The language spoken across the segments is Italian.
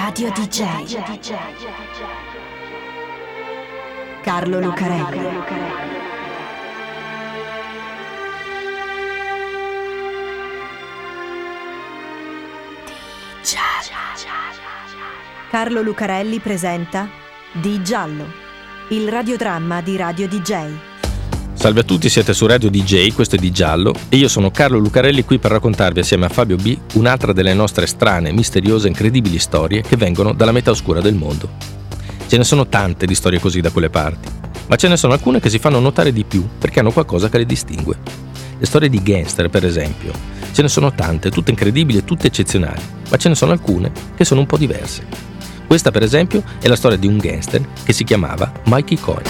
Radio DJ. Carlo Lucarelli. Carlo Lucarelli presenta Di Giallo, il radiodramma di Radio DJ. Salve a tutti, siete su Radio DJ, questo è Di Giallo e io sono Carlo Lucarelli qui per raccontarvi assieme a Fabio B un'altra delle nostre strane, misteriose e incredibili storie che vengono dalla metà oscura del mondo. Ce ne sono tante di storie così da quelle parti, ma ce ne sono alcune che si fanno notare di più perché hanno qualcosa che le distingue. Le storie di gangster, per esempio, ce ne sono tante, tutte incredibili e tutte eccezionali, ma ce ne sono alcune che sono un po' diverse. Questa, per esempio, è la storia di un gangster che si chiamava Mikey Cohen.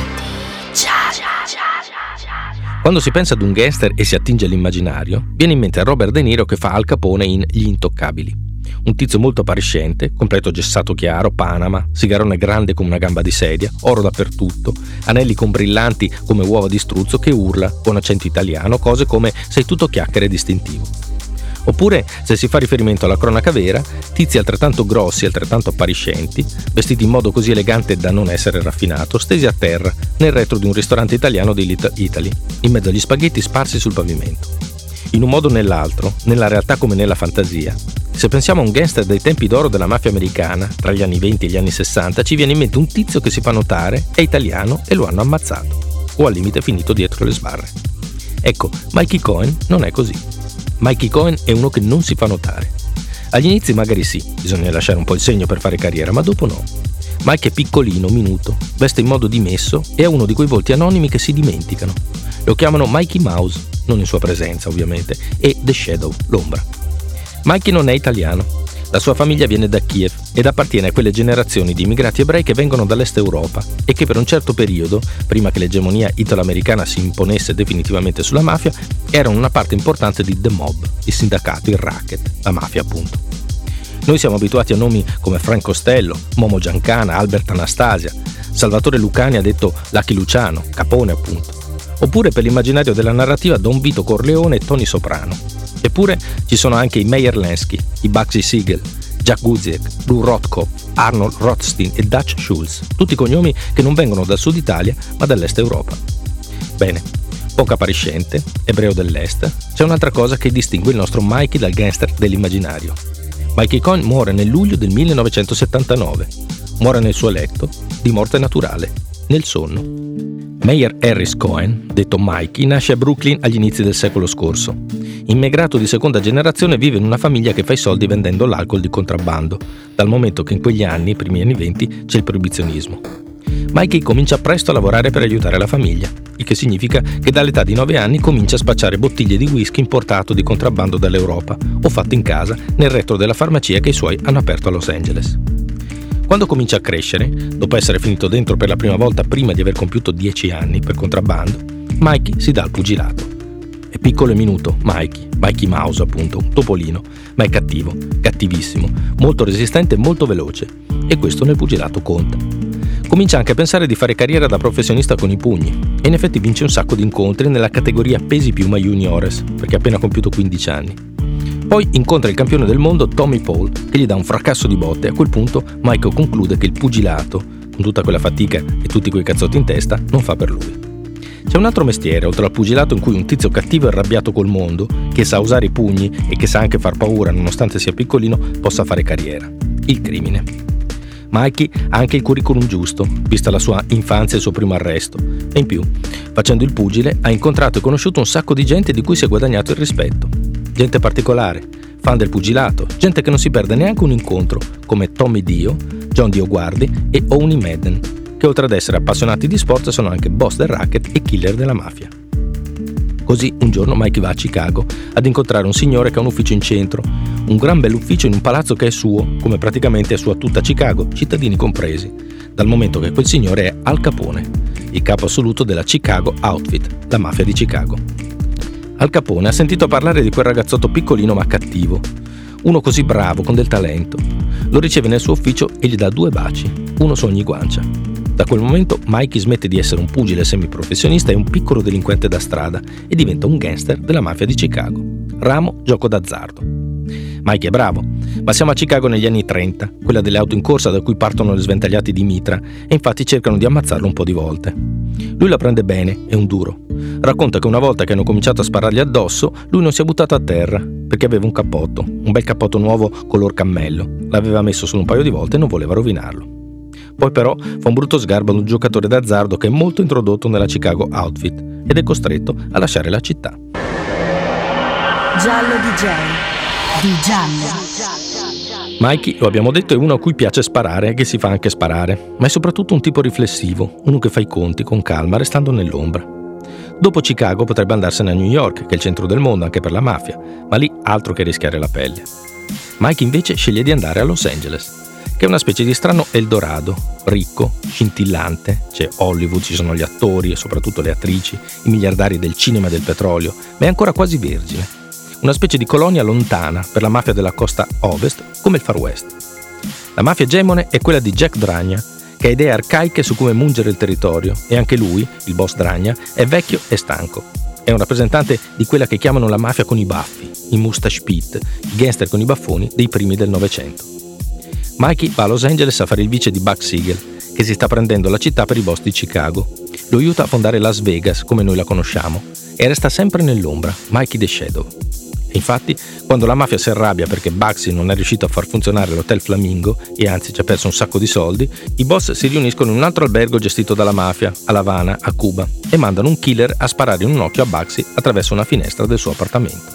Quando si pensa ad un gangster e si attinge all'immaginario, viene in mente Robert De Niro che fa Al Capone in Gli Intoccabili. Un tizio molto appariscente, completo gessato chiaro, Panama, sigarone grande come una gamba di sedia, oro dappertutto, anelli con brillanti come uova di struzzo che urla con accento italiano cose come «sei tutto chiacchiere e distintivo». Oppure, se si fa riferimento alla cronaca vera, tizi altrettanto grossi e altrettanto appariscenti, vestiti in modo così elegante da non essere raffinato, stesi a terra nel retro di un ristorante italiano di Little Italy, in mezzo agli spaghetti sparsi sul pavimento. In un modo o nell'altro, nella realtà come nella fantasia, se pensiamo a un gangster dei tempi d'oro della mafia americana, tra gli anni 20 e gli anni 60, ci viene in mente un tizio che si fa notare, è italiano e lo hanno ammazzato, o al limite finito dietro le sbarre. Ecco, Mikey Cohen non è così. Mikey Cohen è uno che non si fa notare. Agli inizi magari sì, bisogna lasciare un po' il segno per fare carriera, ma dopo no. Mike è piccolino, minuto, veste in modo dimesso e è uno di quei volti anonimi che si dimenticano. Lo chiamano Mikey Mouse, non in sua presenza ovviamente, e The Shadow, l'ombra. Mikey non è italiano. La sua famiglia viene da Kiev ed appartiene a quelle generazioni di immigrati ebrei che vengono dall'est Europa e che per un certo periodo, prima che l'egemonia italo-americana si imponesse definitivamente sulla mafia, erano una parte importante di The Mob, il sindacato, il racket, la mafia appunto. Noi siamo abituati a nomi come Frank Costello, Momo Giancana, Albert Anastasia, Salvatore Lucani ha detto Lucky Luciano, Capone appunto, oppure per l'immaginario della narrativa Don Vito Corleone e Tony Soprano. Eppure ci sono anche i Meyer Lansky, i Bugsy Siegel, Jack Guziek, Lou Rothkopf, Arnold Rothstein e Dutch Schultz, tutti cognomi che non vengono dal sud Italia ma dall'est Europa. Bene, poco appariscente, ebreo dell'est, c'è un'altra cosa che distingue il nostro Mikey dal gangster dell'immaginario. Mikey Cohen muore nel luglio del 1979, muore nel suo letto, di morte naturale, nel sonno. Meyer Harris Cohen, detto Mikey, nasce a Brooklyn agli inizi del secolo scorso. Immigrato di seconda generazione, vive in una famiglia che fa i soldi vendendo l'alcol di contrabbando, dal momento che in quegli anni, i primi anni 20, c'è il proibizionismo. Mikey comincia presto a lavorare per aiutare la famiglia, il che significa che dall'età di 9 anni comincia a spacciare bottiglie di whisky importato di contrabbando dall'Europa o fatto in casa nel retro della farmacia che i suoi hanno aperto a Los Angeles. Quando comincia a crescere, dopo essere finito dentro per la prima volta prima di aver compiuto 10 anni per contrabbando, Mikey si dà al pugilato. È piccolo e minuto, Mikey Mouse appunto, un topolino, ma è cattivo, cattivissimo, molto resistente e molto veloce, e questo nel pugilato conta. Comincia anche a pensare di fare carriera da professionista con i pugni, e in effetti vince un sacco di incontri nella categoria pesi piuma juniores, perché ha appena compiuto 15 anni. Poi incontra il campione del mondo Tommy Paul, che gli dà un fracasso di botte e a quel punto Michael conclude che il pugilato, con tutta quella fatica e tutti quei cazzotti in testa, non fa per lui. C'è un altro mestiere, oltre al pugilato, in cui un tizio cattivo e arrabbiato col mondo, che sa usare i pugni e che sa anche far paura nonostante sia piccolino, possa fare carriera: il crimine. Mikey ha anche il curriculum giusto, vista la sua infanzia e il suo primo arresto, e in più, facendo il pugile, ha incontrato e conosciuto un sacco di gente di cui si è guadagnato il rispetto. Gente particolare, fan del pugilato, gente che non si perde neanche un incontro, come Tommy Dio, John Dio Guardi e Owney Madden, che oltre ad essere appassionati di sport sono anche boss del racket e killer della mafia. Così un giorno Mikey va a Chicago ad incontrare un signore che ha un ufficio in centro, un gran bell'ufficio in un palazzo che è suo, come praticamente è sua tutta Chicago, cittadini compresi, dal momento che quel signore è Al Capone, il capo assoluto della Chicago Outfit, la mafia di Chicago. Al Capone ha sentito parlare di quel ragazzotto piccolino ma cattivo, uno così bravo, con del talento. Lo riceve nel suo ufficio e gli dà 2 baci, uno su ogni guancia. Da quel momento Mikey smette di essere un pugile semiprofessionista e un piccolo delinquente da strada e diventa un gangster della mafia di Chicago. ramo gioco d'azzardo. Mike è bravo, ma siamo a Chicago negli anni 30, quella delle auto in corsa da cui partono le sventagliate di mitra, e infatti cercano di ammazzarlo un po' di volte. Lui la prende bene, è un duro. Racconta che una volta che hanno cominciato a sparargli addosso, lui non si è buttato a terra, perché aveva un cappotto, un bel cappotto nuovo color cammello. L'aveva messo solo un paio di volte e non voleva rovinarlo. Poi però fa un brutto sgarbo ad un giocatore d'azzardo che è molto introdotto nella Chicago Outfit ed è costretto a lasciare la città. Giallo DJ di Giallo. Mikey, lo abbiamo detto, è uno a cui piace sparare e che si fa anche sparare, ma è soprattutto un tipo riflessivo, uno che fa i conti con calma restando nell'ombra. Dopo Chicago potrebbe andarsene a New York, che è il centro del mondo anche per la mafia, ma lì altro che rischiare la pelle. Mikey invece sceglie di andare a Los Angeles, che è una specie di strano Eldorado, ricco, scintillante, c'è Hollywood, ci sono gli attori e soprattutto le attrici, i miliardari del cinema e del petrolio, ma è ancora quasi vergine. Una specie di colonia lontana per la mafia della costa ovest, come il Far West. La mafia egemone è quella di Jack Dragna, che ha idee arcaiche su come mungere il territorio, e anche lui, il boss Dragna, è vecchio e stanco. È un rappresentante di quella che chiamano la mafia con i baffi, i mustache pit, i gangster con i baffoni dei primi del Novecento. Mikey va a Los Angeles a fare il vice di Buck Siegel, che si sta prendendo la città per i boss di Chicago. Lo aiuta a fondare Las Vegas, come noi la conosciamo, e resta sempre nell'ombra, Mikey the Shadow. E infatti, quando la mafia si arrabbia perché Bugsy non è riuscito a far funzionare l'Hotel Flamingo e anzi ci ha perso un sacco di soldi, i boss si riuniscono in un altro albergo gestito dalla mafia, a La Habana, a Cuba, e mandano un killer a sparare in un occhio a Bugsy attraverso una finestra del suo appartamento.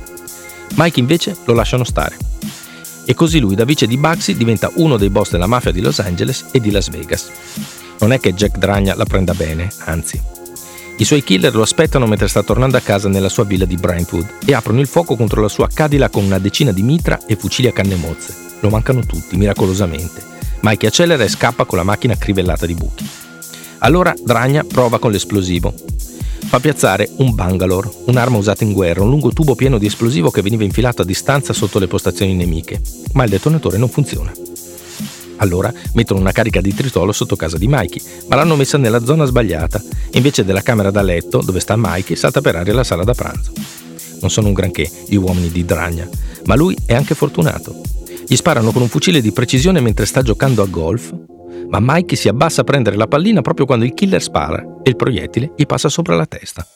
Mike invece lo lasciano stare. E così lui, da vice di Bugsy, diventa uno dei boss della mafia di Los Angeles e di Las Vegas. Non è che Jack Dragna la prenda bene, anzi. I suoi killer lo aspettano mentre sta tornando a casa nella sua villa di Brentwood e aprono il fuoco contro la sua Cadillac con una decina di mitra e fucili a canne mozze. Lo mancano tutti, miracolosamente. Mike accelera e scappa con la macchina crivellata di buchi. Allora Dragna prova con l'esplosivo. Fa piazzare un Bangalore, un'arma usata in guerra, un lungo tubo pieno di esplosivo che veniva infilato a distanza sotto le postazioni nemiche, ma il detonatore non funziona. Allora mettono una carica di tritolo sotto casa di Mikey, ma l'hanno messa nella zona sbagliata e invece della camera da letto dove sta Mikey salta per aria la sala da pranzo. Non sono un granché gli uomini di Dragna, ma lui è anche fortunato. Gli sparano con un fucile di precisione mentre sta giocando a golf, ma Mikey si abbassa a prendere la pallina proprio quando il killer spara e il proiettile gli passa sopra la testa.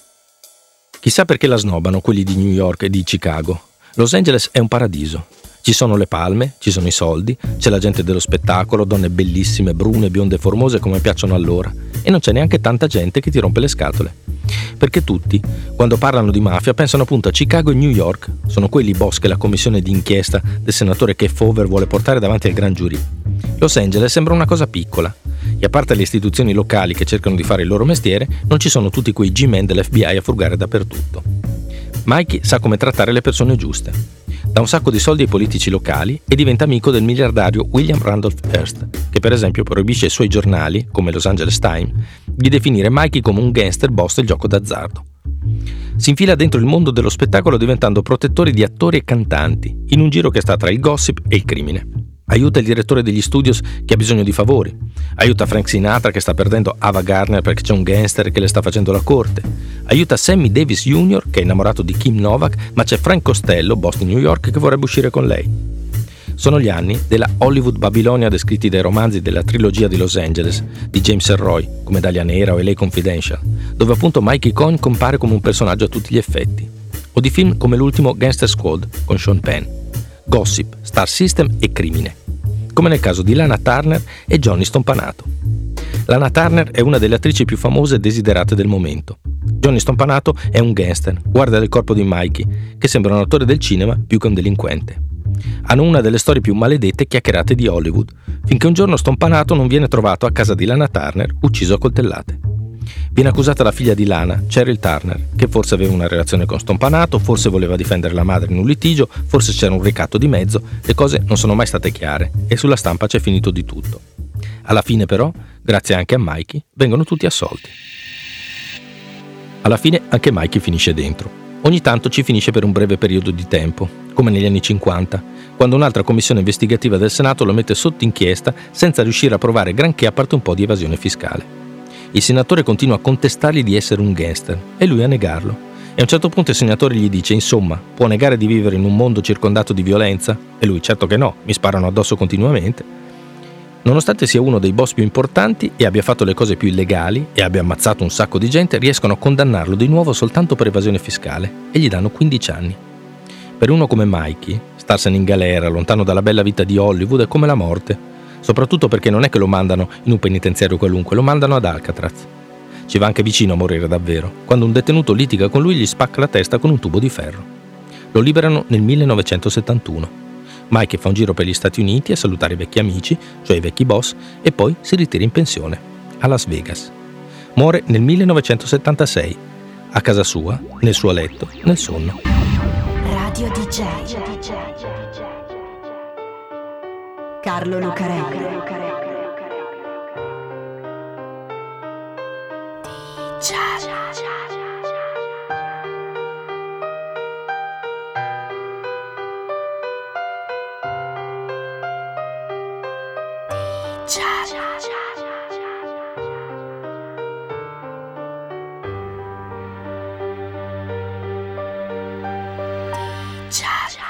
Chissà perché la snobbano quelli di New York e di Chicago. Los Angeles è un paradiso. Ci sono le palme, ci sono i soldi, c'è la gente dello spettacolo, donne bellissime, brune, bionde e formose come piacciono a loro, e non c'è neanche tanta gente che ti rompe le scatole. Perché tutti, quando parlano di mafia, pensano appunto a Chicago e New York. Sono quelli i boss che la commissione di inchiesta del senatore Kefauver vuole portare davanti al Grand Jury. Los Angeles sembra una cosa piccola, e a parte le istituzioni locali che cercano di fare il loro mestiere, non ci sono tutti quei G-men dell'FBI a frugare dappertutto. Mikey sa come trattare le persone giuste. Dà un sacco di soldi ai politici locali e diventa amico del miliardario William Randolph Hearst, che per esempio proibisce ai suoi giornali, come Los Angeles Times, di definire Mikey come un gangster boss del gioco d'azzardo. Si infila dentro il mondo dello spettacolo diventando protettori di attori e cantanti, in un giro che sta tra il gossip e il crimine. Aiuta il direttore degli studios che ha bisogno di favori. Aiuta Frank Sinatra che sta perdendo Ava Gardner perché c'è un gangster che le sta facendo la corte. Aiuta Sammy Davis Jr. che è innamorato di Kim Novak, ma c'è Frank Costello, boss di New York, che vorrebbe uscire con lei. Sono gli anni della Hollywood Babilonia descritti dai romanzi della trilogia di Los Angeles di James Ellroy, come Dahlia Nera o LA Confidential, dove appunto Mikey Cohen compare come un personaggio a tutti gli effetti. O di film come l'ultimo Gangster Squad con Sean Penn. Gossip, Star System e crimine, come nel caso di Lana Turner e Johnny Stompanato. Lana Turner è una delle attrici più famose e desiderate del momento. Johnny Stompanato è un gangster, guardia del corpo di Mikey, che sembra un attore del cinema più che un delinquente. Hanno una delle storie più maledette e chiacchierate di Hollywood, finché un giorno Stompanato non viene trovato a casa di Lana Turner, ucciso a coltellate. Viene accusata la figlia di Lana, Cheryl Turner, che forse aveva una relazione con Stompanato, forse voleva difendere la madre in un litigio, forse c'era un ricatto di mezzo, le cose non sono mai state chiare e sulla stampa c'è finito di tutto. Alla fine però, grazie anche a Mikey, vengono tutti assolti. Alla fine anche Mikey finisce dentro. Ogni tanto ci finisce per un breve periodo di tempo, come negli anni 50, quando un'altra commissione investigativa del Senato lo mette sotto inchiesta senza riuscire a provare granché a parte un po' di evasione fiscale. Il senatore continua a contestargli di essere un gangster e lui a negarlo. a un certo punto il segnatore gli dice: insomma, può negare di vivere in un mondo circondato di violenza? E lui: certo che no, mi sparano addosso continuamente. Nonostante sia uno dei boss più importanti e abbia fatto le cose più illegali e abbia ammazzato un sacco di gente, riescono a condannarlo di nuovo soltanto per evasione fiscale e gli danno 15 anni. Per uno come Mikey, starsene in galera, lontano dalla bella vita di Hollywood, è come la morte, soprattutto perché non è che lo mandano in un penitenziario qualunque, lo mandano ad Alcatraz. Ci va anche vicino a morire davvero, quando un detenuto litiga con lui e gli spacca la testa con un tubo di ferro. Lo liberano nel 1971. Mike fa un giro per gli Stati Uniti a salutare i vecchi amici, cioè i vecchi boss, e poi si ritira in pensione, a Las Vegas. Muore nel 1976, a casa sua, nel suo letto, nel sonno. Radio DJ Carlo Lucarelli. Ciao.